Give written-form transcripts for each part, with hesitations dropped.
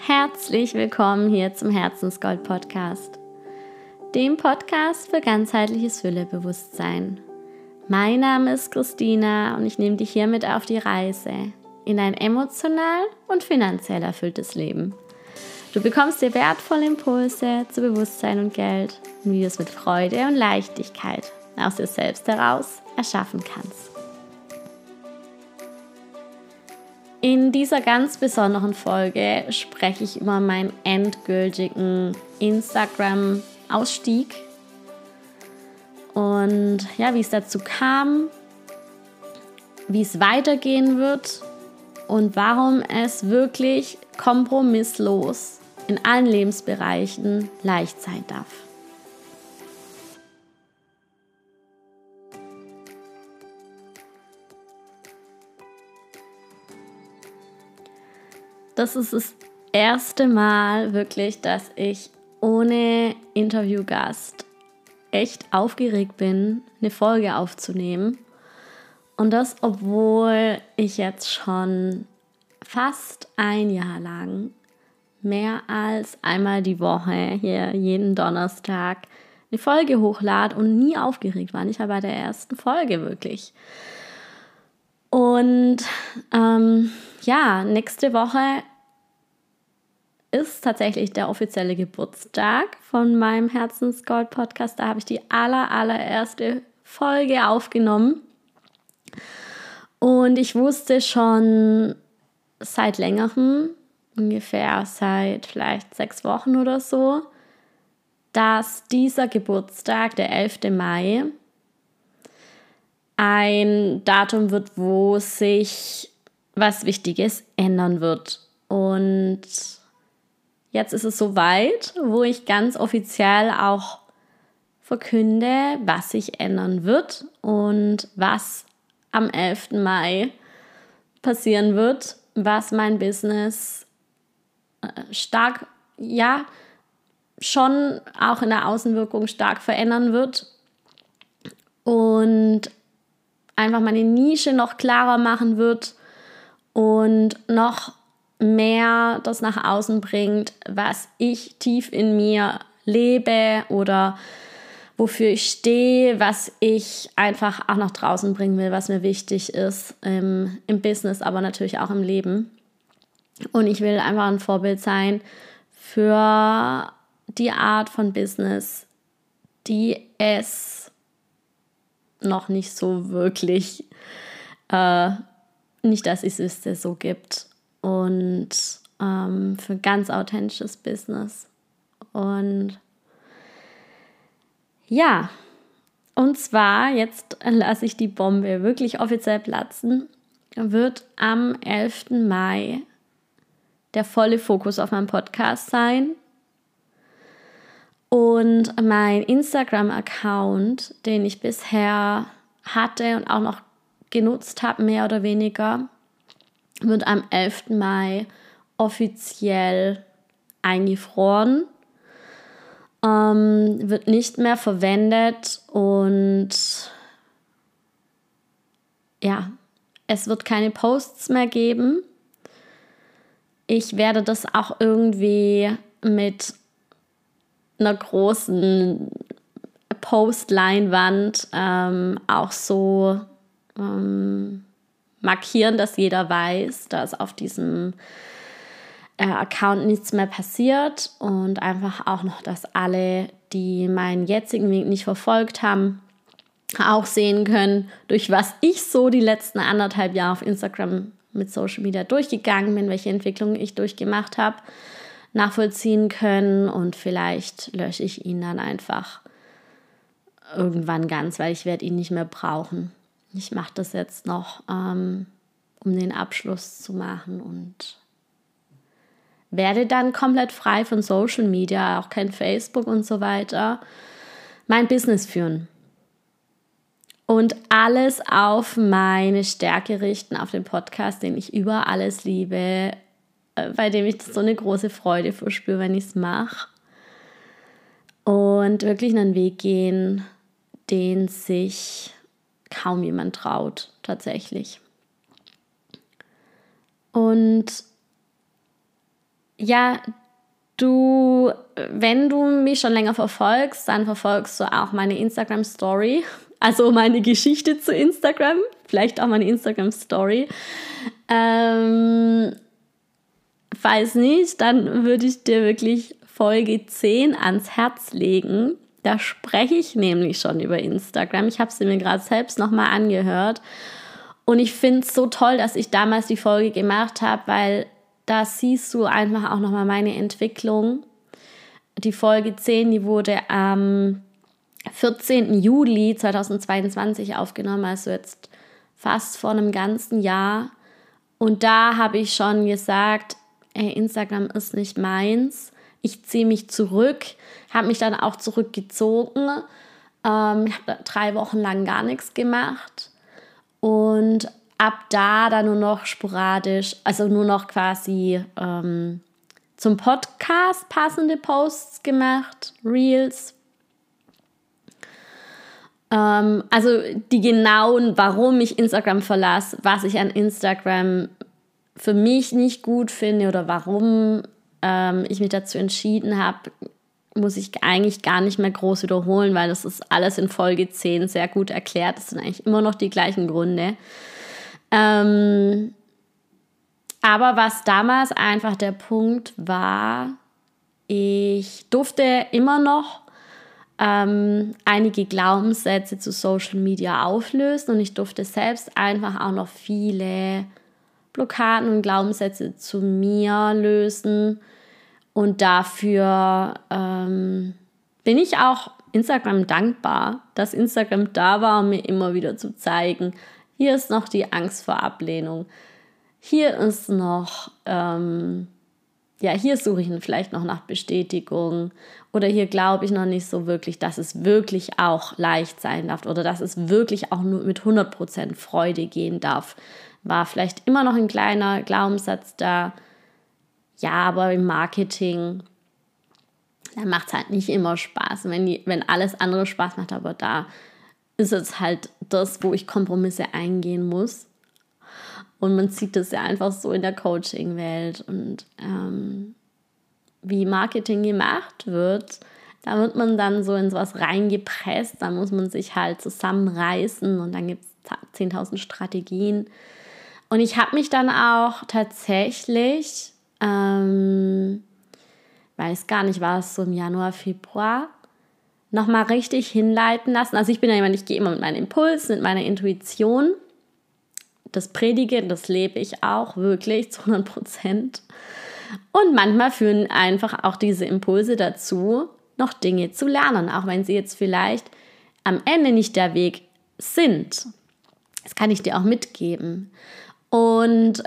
Herzlich willkommen hier zum Herzensgold-Podcast, dem Podcast für ganzheitliches Füllebewusstsein. Mein Name ist Christina und ich nehme dich hiermit auf die Reise in ein emotional und finanziell erfülltes Leben. Du bekommst dir wertvolle Impulse zu Bewusstsein und Geld und wie du es mit Freude und Leichtigkeit aus dir selbst heraus erschaffen kannst. In dieser ganz besonderen Folge spreche ich über meinen endgültigen Instagram-Ausstieg und wie es dazu kam, wie es weitergehen wird und warum es wirklich kompromisslos in allen Lebensbereichen leicht sein darf. Das ist das erste Mal wirklich, dass ich ohne Interviewgast echt aufgeregt bin, eine Folge aufzunehmen. Und das, obwohl ich jetzt schon fast ein Jahr lang mehr als einmal die Woche hier jeden Donnerstag eine Folge hochlade und nie aufgeregt war. Nicht mal bei der ersten Folge wirklich. Und nächste Woche ist tatsächlich der offizielle Geburtstag von meinem Herzensgold-Podcast. Da habe ich die allererste Folge aufgenommen. Und ich wusste schon seit längerem, ungefähr seit vielleicht 6 Wochen oder so, dass dieser Geburtstag, der 11. Mai, ein Datum wird, wo sich was Wichtiges ändern wird. Und jetzt ist es soweit, wo ich ganz offiziell auch verkünde, was sich ändern wird und was am 11. Mai passieren wird, was mein Business stark, schon auch in der Außenwirkung stark verändern wird und einfach meine Nische noch klarer machen wird und noch mehr das nach außen bringt, was ich tief in mir lebe oder wofür ich stehe, was ich einfach auch nach draußen bringen will, was mir wichtig ist im Business, aber natürlich auch im Leben. Und ich will einfach ein Vorbild sein für die Art von Business, die es noch nicht so wirklich, nicht, dass ich es wüsste, so gibt. Und für ganz authentisches Business. Und und zwar, jetzt lasse ich die Bombe wirklich offiziell platzen, wird am 11. Mai der volle Fokus auf meinem Podcast sein. Und mein Instagram-Account, den ich bisher hatte und auch noch genutzt habe, mehr oder weniger, wird am 11. Mai offiziell eingefroren, wird nicht mehr verwendet und es wird keine Posts mehr geben. Ich werde das auch irgendwie mit einer großen Postleinwand auch so markieren, dass jeder weiß, dass auf diesem Account nichts mehr passiert und einfach auch noch, dass alle, die meinen jetzigen Weg nicht verfolgt haben, auch sehen können, durch was ich so die letzten 1,5 Jahre auf Instagram mit Social Media durchgegangen bin, welche Entwicklungen ich durchgemacht habe, nachvollziehen können und vielleicht lösche ich ihn dann einfach irgendwann ganz, weil ich werde ihn nicht mehr brauchen. Ich mache das jetzt noch, um den Abschluss zu machen und werde dann komplett frei von Social Media, auch kein Facebook und so weiter, mein Business führen. Und alles auf meine Stärke richten, auf den Podcast, den ich über alles liebe, bei dem ich so eine große Freude verspüre, wenn ich es mache. Und wirklich einen Weg gehen, den sich kaum jemand traut, tatsächlich. Und ja, wenn du mich schon länger verfolgst, dann verfolgst du auch meine Instagram-Story, also meine Geschichte zu Instagram, vielleicht auch meine Instagram-Story. Falls nicht, dann würde ich dir wirklich Folge 10 ans Herz legen. Da spreche ich nämlich schon über Instagram. Ich habe sie mir gerade selbst nochmal angehört. Und ich finde es so toll, dass ich damals die Folge gemacht habe, weil da siehst du einfach auch nochmal meine Entwicklung. Die Folge 10, die wurde am 14. Juli 2022 aufgenommen, also jetzt fast vor einem ganzen Jahr. Und da habe ich schon gesagt, Instagram ist nicht meins. Ich ziehe mich zurück, habe mich dann auch zurückgezogen. Ich habe 3 Wochen lang gar nichts gemacht. Und ab da dann nur noch sporadisch, also nur noch quasi zum Podcast passende Posts gemacht, Reels. Also die genauen, warum ich Instagram verlasse, was ich an Instagram für mich nicht gut finde oder warum ich mich dazu entschieden habe, muss ich eigentlich gar nicht mehr groß wiederholen, weil das ist alles in Folge 10 sehr gut erklärt. Das sind eigentlich immer noch die gleichen Gründe. Aber was damals einfach der Punkt war, ich durfte immer noch einige Glaubenssätze zu Social Media auflösen und ich durfte selbst einfach auch noch viele Blockaden und Glaubenssätze zu mir lösen. Und dafür bin ich auch Instagram dankbar, dass Instagram da war, um mir immer wieder zu zeigen, hier ist noch die Angst vor Ablehnung. Hier ist noch, hier suche ich vielleicht noch nach Bestätigung. Oder hier glaube ich noch nicht so wirklich, dass es wirklich auch leicht sein darf. Oder dass es wirklich auch nur mit 100% Freude gehen darf. War vielleicht immer noch ein kleiner Glaubenssatz da. Ja, aber im Marketing, da macht es halt nicht immer Spaß. Wenn alles andere Spaß macht, aber da ist es halt das, wo ich Kompromisse eingehen muss. Und man sieht das ja einfach so in der Coaching-Welt. Und wie Marketing gemacht wird, da wird man dann so in sowas reingepresst. Da muss man sich halt zusammenreißen und dann gibt es 10.000 Strategien. Und ich habe mich dann auch tatsächlich, weiß gar nicht, war es so im Januar, Februar, nochmal richtig hinleiten lassen. Also ich bin ja jemand, ich gehe immer mit meinem Impuls, mit meiner Intuition. Das predige, das lebe ich auch wirklich zu 100%. Und manchmal führen einfach auch diese Impulse dazu, noch Dinge zu lernen, auch wenn sie jetzt vielleicht am Ende nicht der Weg sind. Das kann ich dir auch mitgeben. Und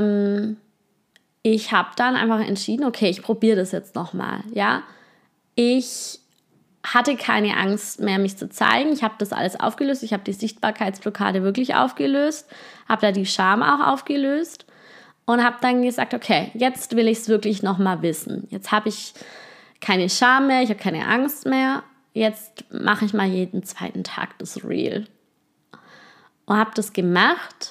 ich habe dann einfach entschieden, okay, ich probiere das jetzt nochmal. Ja? Ich hatte keine Angst mehr, mich zu zeigen. Ich habe das alles aufgelöst. Ich habe die Sichtbarkeitsblockade wirklich aufgelöst, habe da die Scham auch aufgelöst und habe dann gesagt, okay, jetzt will ich es wirklich nochmal wissen. Jetzt habe ich keine Scham mehr, ich habe keine Angst mehr. Jetzt mache ich mal jeden zweiten Tag das Reel. Und habe das gemacht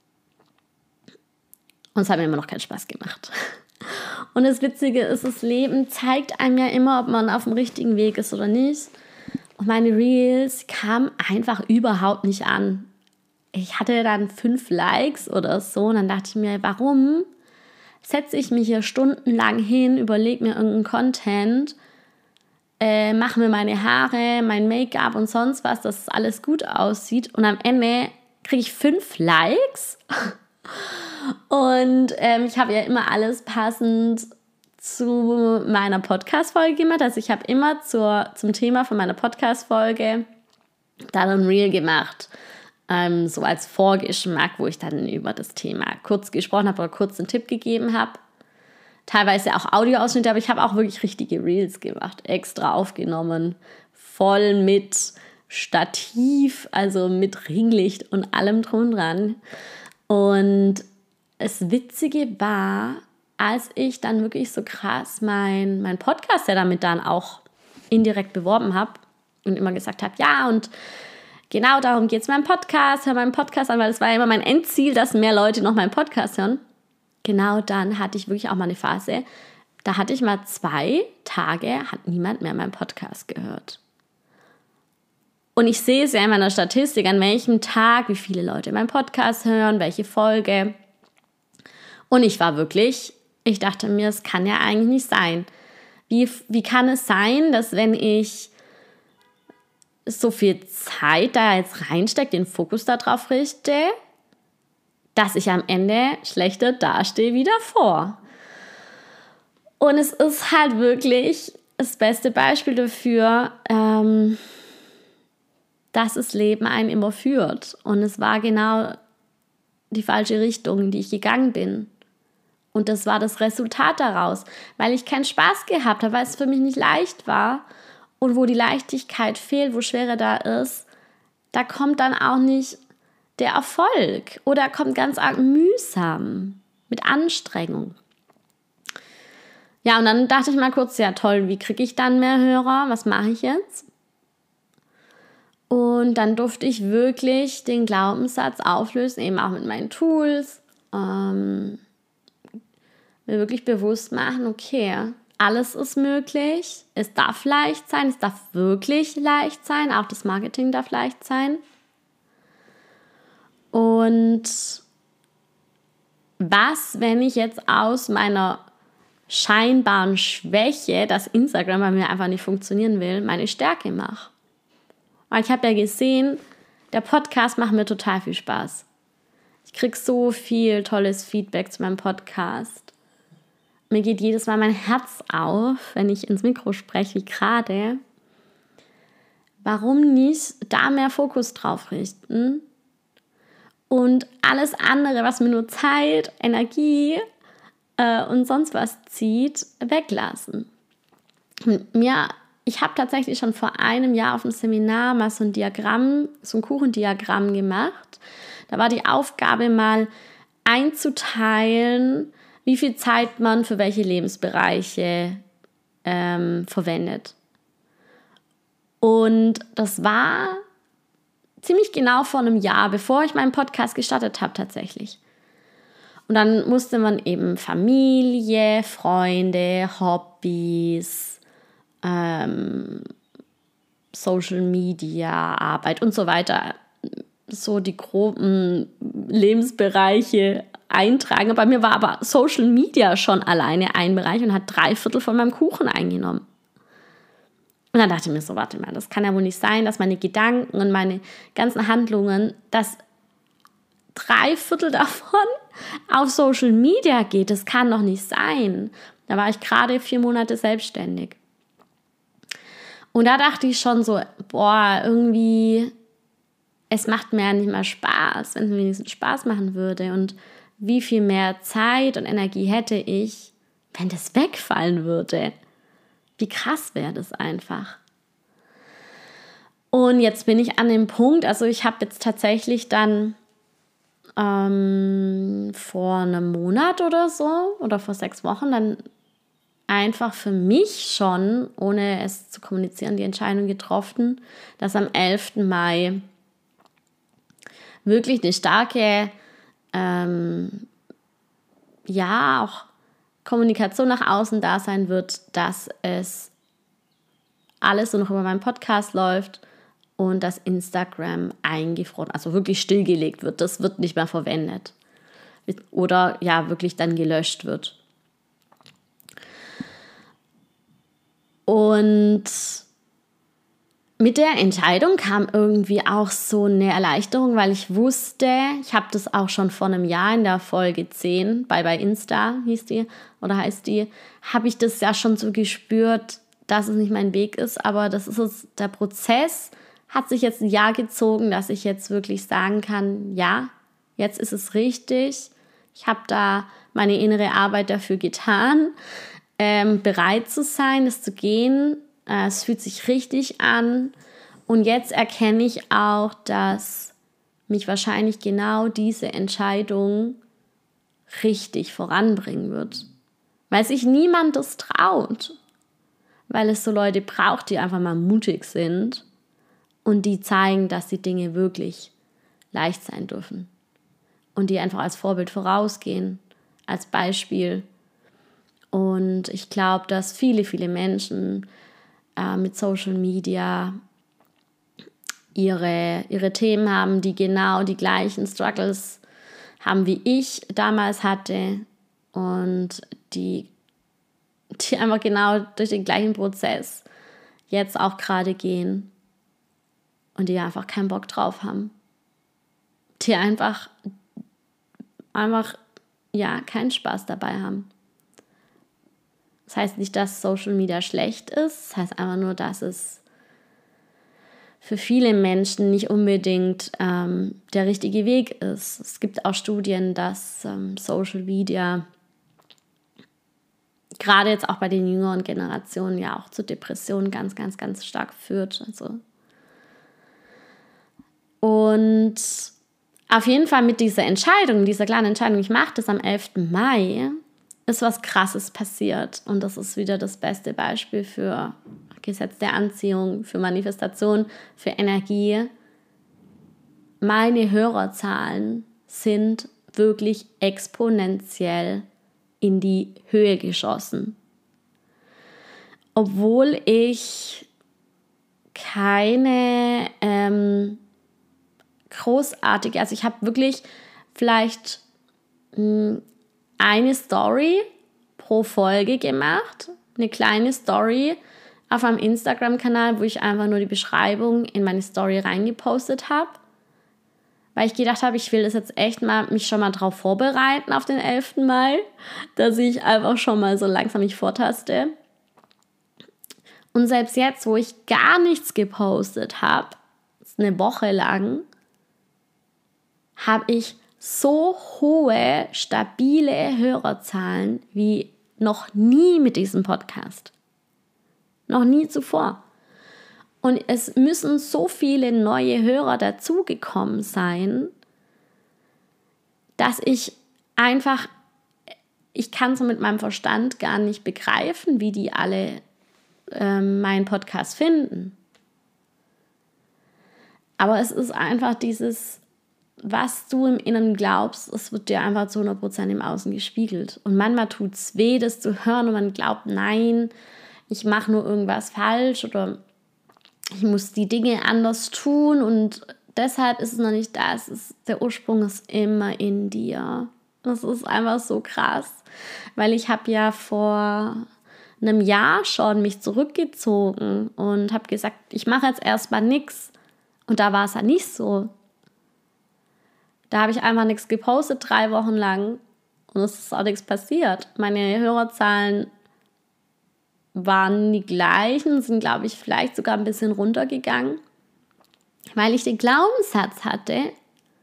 und es hat mir immer noch keinen Spaß gemacht. Und das Witzige ist, das Leben zeigt einem ja immer, ob man auf dem richtigen Weg ist oder nicht. Und meine Reels kamen einfach überhaupt nicht an. Ich hatte dann 5 Likes oder so und dann dachte ich mir, warum setze ich mich hier stundenlang hin, überlege mir irgendeinen Content, mache mir meine Haare, mein Make-up und sonst was, dass alles gut aussieht und am Ende kriege ich 5 Likes. Und ich habe ja immer alles passend zu meiner Podcast-Folge gemacht. Also ich habe immer zum Thema von meiner Podcast-Folge dann ein Reel gemacht. So als Vorgeschmack, wo ich dann über das Thema kurz gesprochen habe oder kurz einen Tipp gegeben habe. Teilweise auch Audioausschnitte, aber ich habe auch wirklich richtige Reels gemacht, extra aufgenommen, voll mit Stativ, also mit Ringlicht und allem drum und dran. Und das Witzige war, als ich dann wirklich so krass mein Podcast ja damit dann auch indirekt beworben habe und immer gesagt habe, ja und genau darum geht es meinem Podcast, hör meinen Podcast an, weil das war ja immer mein Endziel, dass mehr Leute noch meinen Podcast hören. Genau dann hatte ich wirklich auch mal eine Phase, Da hatte ich mal 2 Tage, hat niemand mehr meinen Podcast gehört. Und ich sehe es ja in meiner Statistik, an welchem Tag, wie viele Leute meinen Podcast hören, welche Folge. Und ich dachte mir, es kann ja eigentlich nicht sein. Wie kann es sein, dass wenn ich so viel Zeit da jetzt reinstecke, den Fokus darauf richte, dass ich am Ende schlechter dastehe wie davor? Und es ist halt wirklich das beste Beispiel dafür, dass das Leben einen immer führt. Und es war genau die falsche Richtung, in die ich gegangen bin. Und das war das Resultat daraus, weil ich keinen Spaß gehabt habe, weil es für mich nicht leicht war. Und wo die Leichtigkeit fehlt, wo Schwere da ist, da kommt dann auch nicht der Erfolg oder kommt ganz arg mühsam mit Anstrengung. Ja, und dann dachte ich mal kurz, ja toll, wie kriege ich dann mehr Hörer? Was mache ich jetzt? Und dann durfte ich wirklich den Glaubenssatz auflösen, eben auch mit meinen Tools, mir wirklich bewusst machen, okay, alles ist möglich, es darf leicht sein, es darf wirklich leicht sein, auch das Marketing darf leicht sein. Und was, wenn ich jetzt aus meiner scheinbaren Schwäche, dass Instagram bei mir einfach nicht funktionieren will, meine Stärke mache? Weil ich habe ja gesehen, der Podcast macht mir total viel Spaß. Ich kriege so viel tolles Feedback zu meinem Podcast. Mir geht jedes Mal mein Herz auf, wenn ich ins Mikro spreche, wie gerade. Warum nicht da mehr Fokus drauf richten und alles andere, was mir nur Zeit, Energie und sonst was zieht, weglassen? Ich habe tatsächlich schon vor einem Jahr auf dem Seminar mal so ein Kuchendiagramm gemacht. Da war die Aufgabe mal einzuteilen, wie viel Zeit man für welche Lebensbereiche verwendet. Und das war ziemlich genau vor einem Jahr, bevor ich meinen Podcast gestartet habe tatsächlich. Und dann musste man eben Familie, Freunde, Hobbys, Social Media, Arbeit und so weiter, so die groben Lebensbereiche eintragen. Bei mir war aber Social Media schon alleine ein Bereich und hat 3/4 von meinem Kuchen eingenommen. Und dann dachte ich mir so, warte mal, das kann ja wohl nicht sein, dass meine Gedanken und meine ganzen Handlungen, dass 3/4 davon auf Social Media geht. Das kann doch nicht sein. Da war ich gerade 4 Monate selbstständig. Und da dachte ich schon so, irgendwie, es macht mir ja nicht mehr Spaß, wenn es mir wenigstens Spaß machen würde. Und wie viel mehr Zeit und Energie hätte ich, wenn das wegfallen würde? Wie krass wäre das einfach? Und jetzt bin ich an dem Punkt, also ich habe jetzt tatsächlich dann vor einem Monat oder so oder vor 6 Wochen dann einfach für mich schon, ohne es zu kommunizieren, die Entscheidung getroffen, dass am 11. Mai wirklich eine starke, auch Kommunikation nach außen da sein wird, dass es alles nur noch über meinen Podcast läuft und dass Instagram eingefroren, also wirklich stillgelegt wird. Das wird nicht mehr verwendet. Oder ja, wirklich dann gelöscht wird. Und mit der Entscheidung kam irgendwie auch so eine Erleichterung, weil ich wusste, ich habe das auch schon vor einem Jahr in der Folge 10, bei Insta heißt die, habe ich das ja schon so gespürt, dass es nicht mein Weg ist, aber das ist es, der Prozess hat sich jetzt ein Jahr gezogen, dass ich jetzt wirklich sagen kann, ja, jetzt ist es richtig, ich habe da meine innere Arbeit dafür getan, bereit zu sein, es zu gehen. Es fühlt sich richtig an und jetzt erkenne ich auch, dass mich wahrscheinlich genau diese Entscheidung richtig voranbringen wird. Weil sich niemand das traut. Weil es so Leute braucht, die einfach mal mutig sind und die zeigen, dass die Dinge wirklich leicht sein dürfen. Und die einfach als Vorbild vorausgehen, als Beispiel. Und ich glaube, dass viele, viele Menschen mit Social Media ihre Themen haben, die genau die gleichen Struggles haben, wie ich damals hatte und die einfach genau durch den gleichen Prozess jetzt auch gerade gehen und die einfach keinen Bock drauf haben. Die einfach ja, keinen Spaß dabei haben. Das heißt nicht, dass Social Media schlecht ist, das heißt einfach nur, dass es für viele Menschen nicht unbedingt der richtige Weg ist. Es gibt auch Studien, dass Social Media gerade jetzt auch bei den jüngeren Generationen ja auch zu Depressionen ganz, ganz, ganz stark führt. Und auf jeden Fall mit dieser kleinen Entscheidung, ich mache das am 11. Mai, ist was Krasses passiert. Und das ist wieder das beste Beispiel für Gesetz der Anziehung, für Manifestation, für Energie. Meine Hörerzahlen sind wirklich exponentiell in die Höhe geschossen. Obwohl ich keine großartige, also ich habe wirklich vielleicht eine Story pro Folge gemacht, eine kleine Story auf einem Instagram-Kanal, wo ich einfach nur die Beschreibung in meine Story reingepostet habe, weil ich gedacht habe, ich will das jetzt echt mich schon mal drauf vorbereiten auf den 11. Mai, dass ich einfach schon mal so langsam mich vortaste. Und selbst jetzt, wo ich gar nichts gepostet habe, eine Woche lang, habe ich so hohe, stabile Hörerzahlen wie noch nie mit diesem Podcast. Noch nie zuvor. Und es müssen so viele neue Hörer dazugekommen sein, dass ich kann so mit meinem Verstand gar nicht begreifen, wie die alle meinen Podcast finden. Aber es ist einfach dieses, was du im Inneren glaubst, es wird dir einfach zu 100% im Außen gespiegelt. Und manchmal tut es weh, das zu hören und man glaubt, nein, ich mache nur irgendwas falsch oder ich muss die Dinge anders tun und deshalb ist es noch nicht da. Der Ursprung ist immer in dir. Das ist einfach so krass, weil ich habe ja vor einem Jahr schon mich zurückgezogen und habe gesagt, ich mache jetzt erstmal nichts. Und da war es ja nicht so. Da habe ich einfach nichts gepostet 3 Wochen lang und es ist auch nichts passiert. Meine Hörerzahlen waren die gleichen, sind, glaube ich, vielleicht sogar ein bisschen runtergegangen, weil ich den Glaubenssatz hatte,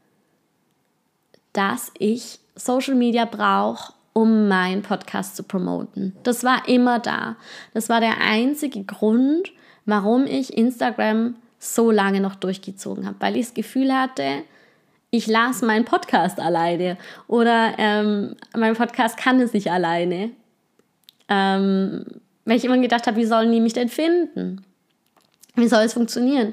dass ich Social Media brauche, um meinen Podcast zu promoten. Das war immer da. Das war der einzige Grund, warum ich Instagram so lange noch durchgezogen habe, weil ich das Gefühl hatte, ich lasse meinen Podcast alleine oder mein Podcast kann es nicht alleine. Weil ich immer gedacht habe, wie sollen die mich denn finden? Wie soll es funktionieren?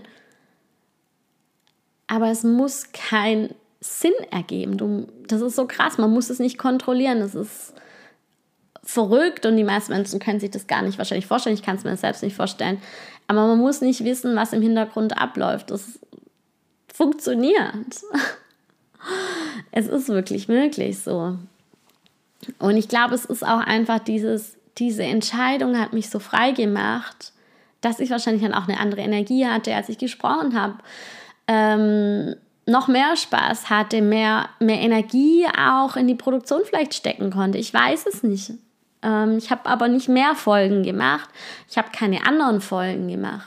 Aber es muss keinen Sinn ergeben. Das ist so krass, man muss es nicht kontrollieren. Das ist verrückt und die meisten Menschen können sich das gar nicht wahrscheinlich vorstellen. Ich kann es mir selbst nicht vorstellen. Aber man muss nicht wissen, was im Hintergrund abläuft. Das funktioniert. Es ist wirklich möglich so. Und ich glaube, es ist auch einfach diese Entscheidung hat mich so frei gemacht, dass ich wahrscheinlich dann auch eine andere Energie hatte, als ich gesprochen habe. Noch mehr Spaß hatte, mehr Energie auch in die Produktion vielleicht stecken konnte. Ich weiß es nicht. Ich habe aber nicht mehr Folgen gemacht. Ich habe keine anderen Folgen gemacht.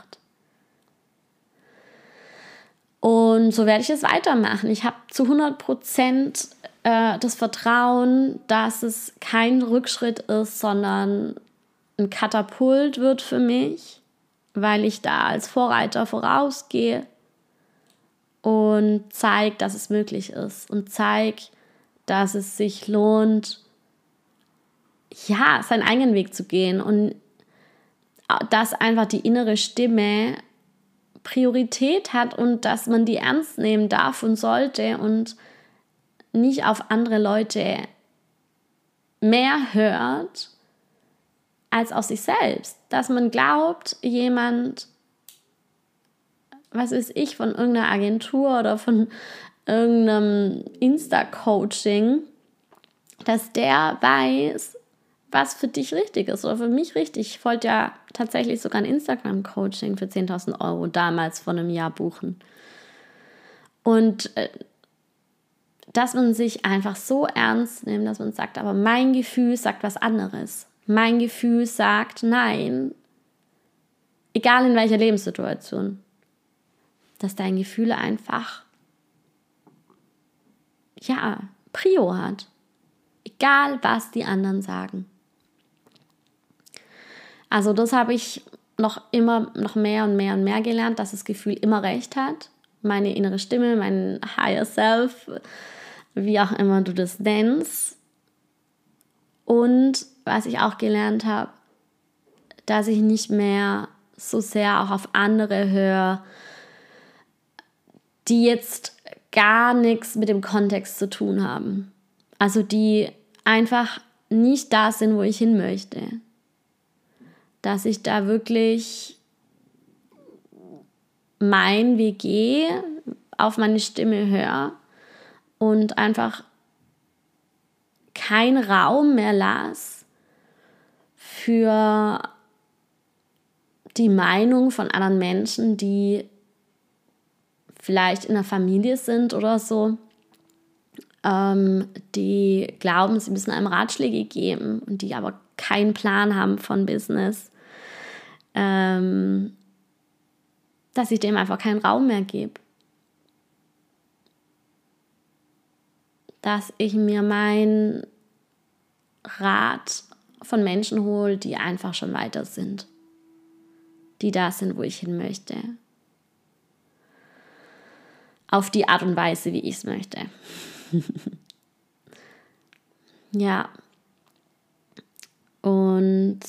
Und so werde ich es weitermachen. Ich habe zu 100% das Vertrauen, dass es kein Rückschritt ist, sondern ein Katapult wird für mich, weil ich da als Vorreiter vorausgehe und zeige, dass es möglich ist und zeige, dass es sich lohnt, ja, seinen eigenen Weg zu gehen und dass einfach die innere Stimme Priorität hat und dass man die ernst nehmen darf und sollte und nicht auf andere Leute mehr hört, als aus sich selbst. Dass man glaubt, jemand, was weiß ich, von irgendeiner Agentur oder von irgendeinem Insta-Coaching, dass der weiß, was für dich richtig ist oder für mich richtig. Ich wollte ja tatsächlich sogar ein Instagram-Coaching für 10.000 Euro damals vor einem Jahr buchen. Und dass man sich einfach so ernst nimmt, dass man sagt, aber mein Gefühl sagt was anderes. Mein Gefühl sagt nein, egal in welcher Lebenssituation. Dass dein Gefühl einfach, Prio hat. Egal, was die anderen sagen. Also das habe ich noch mehr und mehr und mehr gelernt, dass das Gefühl immer recht hat. Meine innere Stimme, mein Higher Self, wie auch immer du das nennst. Und was ich auch gelernt habe, dass ich nicht mehr so sehr auch auf andere höre, die jetzt gar nichts mit dem Kontext zu tun haben. Also die einfach nicht da sind, wo ich hin möchte. Dass ich da wirklich mein Weg gehe, auf meine Stimme höre und einfach keinen Raum mehr lasse für die Meinung von anderen Menschen, die vielleicht in der Familie sind oder so, die glauben, sie müssen einem Ratschläge geben und die aber keinen Plan haben von Business, dass ich dem einfach keinen Raum mehr gebe. Dass ich mir meinen Rat von Menschen hole, die einfach schon weiter sind. Die da sind, wo ich hin möchte. Auf die Art und Weise, wie ich es möchte. Ja. Und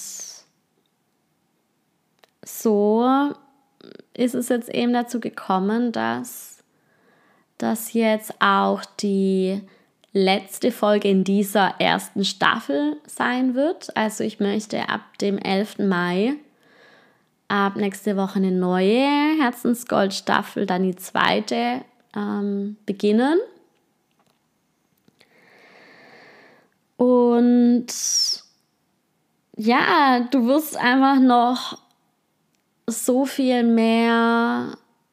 so ist es jetzt eben dazu gekommen, dass das jetzt auch die letzte Folge in dieser ersten Staffel sein wird. Also ich möchte ab dem 11. Mai, ab nächste Woche eine neue Herzensgold-Staffel, dann die zweite, beginnen. Und ja, du wirst einfach noch so viel mehr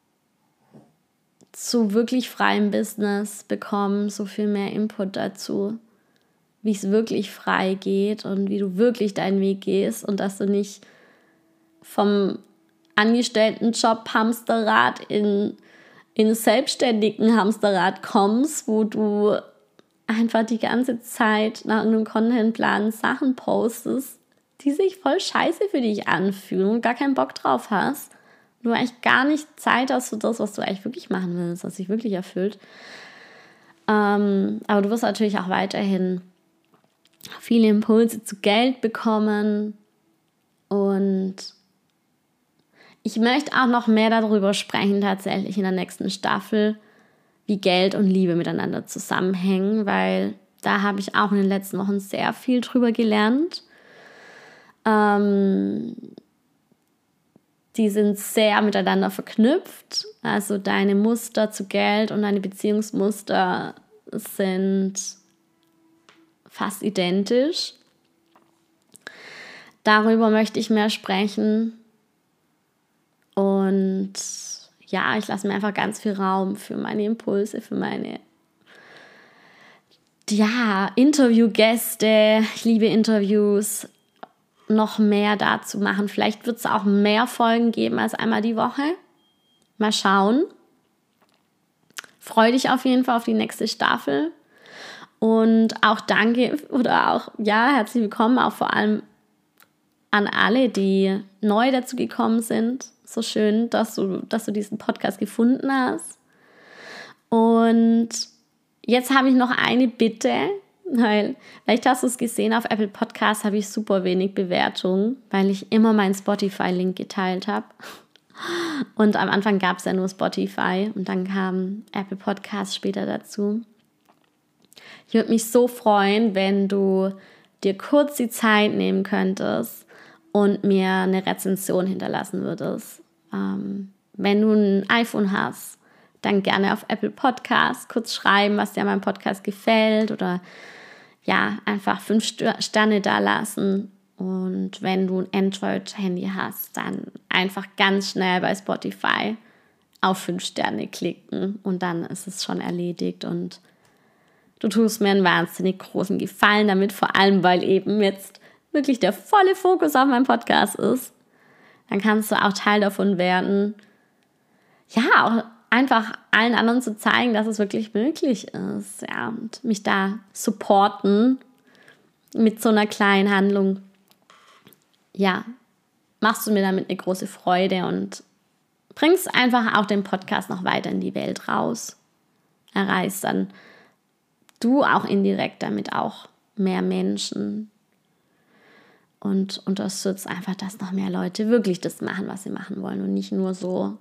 zu wirklich freiem Business bekommen, so viel mehr Input dazu, wie es wirklich frei geht und wie du wirklich deinen Weg gehst und dass du nicht vom Angestelltenjob Hamsterrad in selbstständigen Hamsterrad kommst, wo du einfach die ganze Zeit nach einem Contentplan Sachen postest, die sich voll scheiße für dich anfühlen und gar keinen Bock drauf hast. Du eigentlich gar nicht Zeit hast für das, was du eigentlich wirklich machen willst, was dich wirklich erfüllt. Aber du wirst natürlich auch weiterhin viele Impulse zu Geld bekommen. Und ich möchte auch noch mehr darüber sprechen, tatsächlich in der nächsten Staffel, wie Geld und Liebe miteinander zusammenhängen, weil da habe ich auch in den letzten Wochen sehr viel drüber gelernt. Die sind sehr miteinander verknüpft. Also deine Muster zu Geld und deine Beziehungsmuster sind fast identisch. Darüber möchte ich mehr sprechen. Und ja, ich lasse mir einfach ganz viel Raum für meine Impulse, für meine Interviewgäste. Ich liebe Interviews. Noch mehr dazu machen. Vielleicht wird es auch mehr Folgen geben als einmal die Woche. Mal schauen. Freue dich auf jeden Fall auf die nächste Staffel. Und auch danke herzlich willkommen auch vor allem an alle, die neu dazu gekommen sind. So schön, dass du diesen Podcast gefunden hast. Und jetzt habe ich noch eine Bitte. Weil, vielleicht hast du es gesehen, auf Apple Podcasts habe ich super wenig Bewertungen, weil ich immer meinen Spotify-Link geteilt habe. Und am Anfang gab es ja nur Spotify und dann kam Apple Podcasts später dazu. Ich würde mich so freuen, wenn du dir kurz die Zeit nehmen könntest und mir eine Rezension hinterlassen würdest. Wenn du ein iPhone hast, dann gerne auf Apple Podcasts kurz schreiben, was dir an meinem Podcast gefällt oder ja, einfach 5 Sterne da lassen. Und wenn du ein Android-Handy hast, dann einfach ganz schnell bei Spotify auf 5 Sterne klicken und dann ist es schon erledigt und du tust mir einen wahnsinnig großen Gefallen damit, vor allem weil eben jetzt wirklich der volle Fokus auf meinem Podcast ist. Dann kannst du auch Teil davon werden, ja, auch einfach allen anderen zu zeigen, dass es wirklich möglich ist, ja, und mich da supporten mit so einer kleinen Handlung. Ja, machst du mir damit eine große Freude und bringst einfach auch den Podcast noch weiter in die Welt raus. Erreichst dann du auch indirekt damit auch mehr Menschen und unterstützt einfach, dass noch mehr Leute wirklich das machen, was sie machen wollen und nicht nur so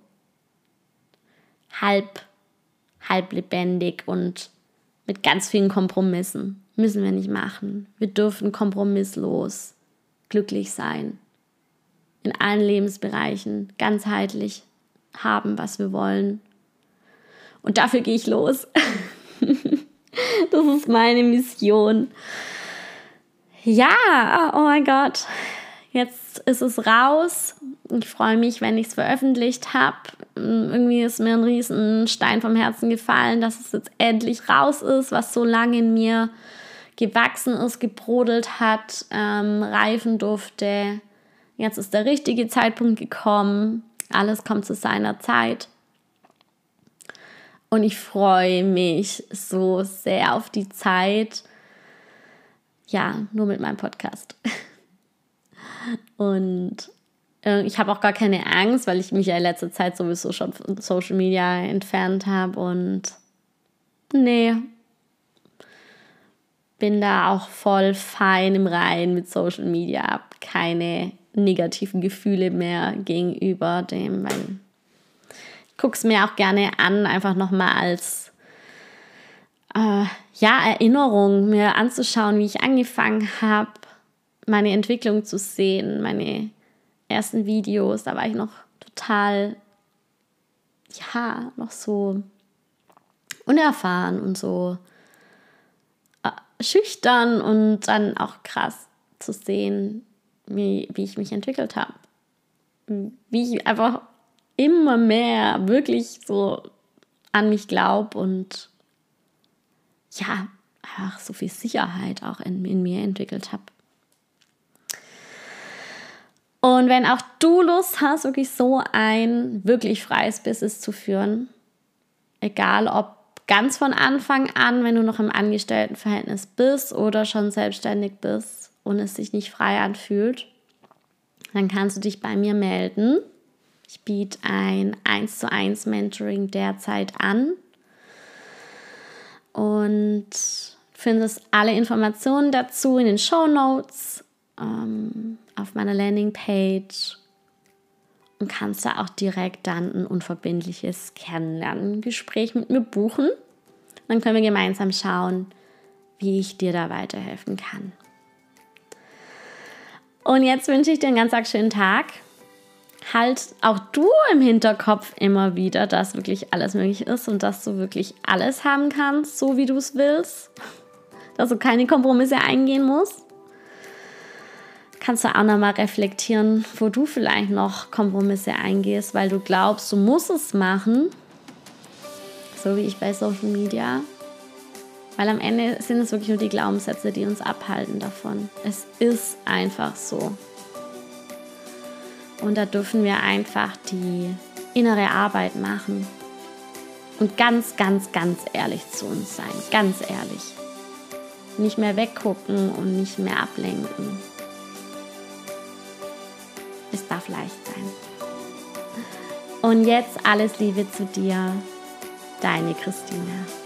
halb lebendig und mit ganz vielen Kompromissen. Müssen wir nicht machen. Wir dürfen kompromisslos glücklich sein. In allen Lebensbereichen ganzheitlich haben, was wir wollen. Und dafür gehe ich los. Das ist meine Mission. Ja, oh mein Gott. Jetzt ist es raus. Ich freue mich, wenn ich es veröffentlicht habe. Irgendwie ist mir ein riesen Stein vom Herzen gefallen, dass es jetzt endlich raus ist, was so lange in mir gewachsen ist, gebrodelt hat, reifen durfte. Jetzt ist der richtige Zeitpunkt gekommen. Alles kommt zu seiner Zeit. Und ich freue mich so sehr auf die Zeit, ja, nur mit meinem Podcast. Und ich habe auch gar keine Angst, weil ich mich ja in letzter Zeit sowieso schon von Social Media entfernt habe. Und nee, bin da auch voll fein im Reinen mit Social Media. Habe keine negativen Gefühle mehr gegenüber dem, weil ich gucke es mir auch gerne an, einfach nochmal als Erinnerung, mir anzuschauen, wie ich angefangen habe, meine Entwicklung zu sehen, meine ersten Videos, da war ich noch total, noch so unerfahren und so schüchtern und dann auch krass zu sehen, wie ich mich entwickelt habe. Wie ich einfach immer mehr wirklich so an mich glaube und ja, einfach so viel Sicherheit auch in mir entwickelt habe. Und wenn auch du Lust hast, wirklich so ein wirklich freies Business zu führen, egal ob ganz von Anfang an, wenn du noch im Angestelltenverhältnis bist oder schon selbstständig bist und es sich nicht frei anfühlt, dann kannst du dich bei mir melden. Ich biete ein 1:1 Mentoring derzeit an und findest alle Informationen dazu in den Shownotes auf meiner Landingpage und kannst da auch direkt dann ein unverbindliches Kennenlerngespräch mit mir buchen. Dann können wir gemeinsam schauen, wie ich dir da weiterhelfen kann. Und jetzt wünsche ich dir einen ganz schönen Tag. Halt auch du im Hinterkopf immer wieder, dass wirklich alles möglich ist und dass du wirklich alles haben kannst, so wie du es willst. Dass du keine Kompromisse eingehen musst. Kannst du auch nochmal reflektieren, wo du vielleicht noch Kompromisse eingehst, weil du glaubst, du musst es machen. So wie ich bei Social Media. Weil am Ende sind es wirklich nur die Glaubenssätze, die uns abhalten davon. Es ist einfach so. Und da dürfen wir einfach die innere Arbeit machen. Und ganz, ganz, ganz ehrlich zu uns sein. Ganz ehrlich. Nicht mehr weggucken und nicht mehr ablenken. Es darf leicht sein. Und jetzt alles Liebe zu dir. Deine Christina.